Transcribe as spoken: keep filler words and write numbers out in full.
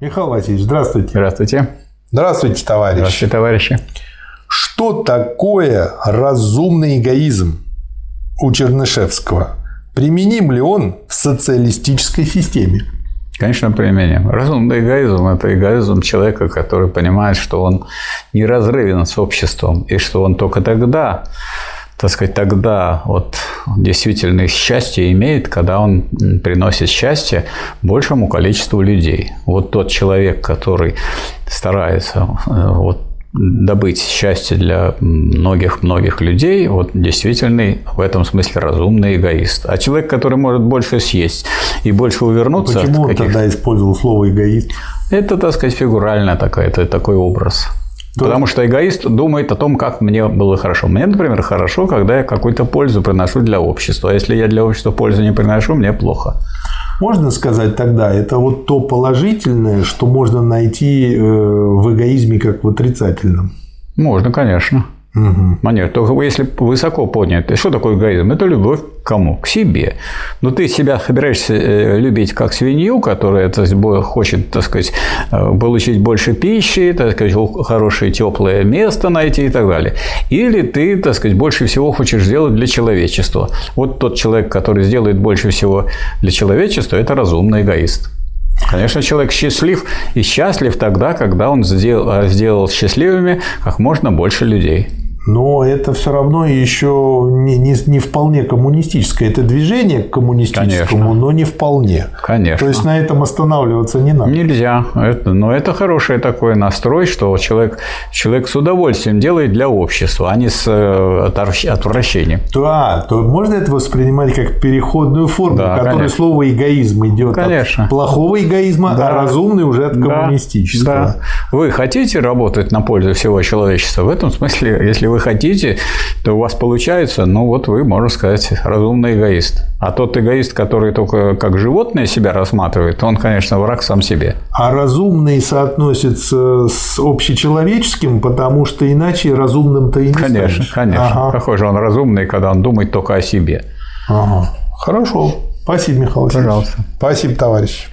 Михаил Васильевич, здравствуйте. Здравствуйте. Здравствуйте, товарищи. Здравствуйте, товарищи. Что такое разумный эгоизм у Чернышевского? Применим ли он в социалистической системе? Конечно, применим. Разумный эгоизм – это эгоизм человека, который понимает, что он неразрывен с обществом, и что он только тогда, так сказать, тогда вот действительно счастье имеет, когда он приносит счастье большему количеству людей. Вот тот человек, который старается вот, добыть счастье для многих-многих людей, вот действительно в этом смысле разумный эгоист. А человек, который может больше съесть и больше увернуться... Почему он тогда использовал слово эгоист? Это, так сказать, фигуральная такая, это такой образ. То Потому что эгоист думает о том, как мне было хорошо. Мне, например, хорошо, когда я какую-то пользу приношу для общества. А если я для общества пользу не приношу, мне плохо. Можно сказать тогда, это вот то положительное, что можно найти в эгоизме как в отрицательном? Можно, конечно. Угу. Нет, только если высоко поднято. Что такое эгоизм? Это любовь к кому? К себе. Но ты себя собираешься любить как свинью, которая то есть, хочет, так сказать, получить больше пищи, так сказать, хорошее теплое место найти и так далее. Или ты, так сказать, больше всего хочешь сделать для человечества. Вот тот человек, который сделает больше всего для человечества, это разумный эгоист. Конечно, человек счастлив и счастлив тогда, когда он сделал, сделал счастливыми как можно больше людей. Но это все равно еще не, не, не вполне коммунистическое. Это движение к коммунистическому, Конечно. но не вполне. Конечно. То есть на этом останавливаться не надо. Нельзя. Это, но это хороший такой настрой, что человек, человек с удовольствием делает для общества, а не с отвращением. Да, то можно это воспринимать как переходную форму, да, в которой конечно. слово эгоизм идет конечно. от плохого эгоизма, да. а разумный уже от коммунистического. Да. Да. Вы хотите работать на пользу всего человечества? В этом смысле, если вы хотите, то у вас получается, ну вот вы, можно сказать, разумный эгоист. А тот эгоист, который только как животное себя рассматривает, он, конечно, враг сам себе. А разумный соотносится с общечеловеческим, потому что иначе разумным-то и не Конечно, станешь. конечно. Ага. Какой же он разумный, когда он думает только о себе. Ага. Хорошо. Спасибо, Михаил Васильевич. Пожалуйста. Спасибо, товарищ.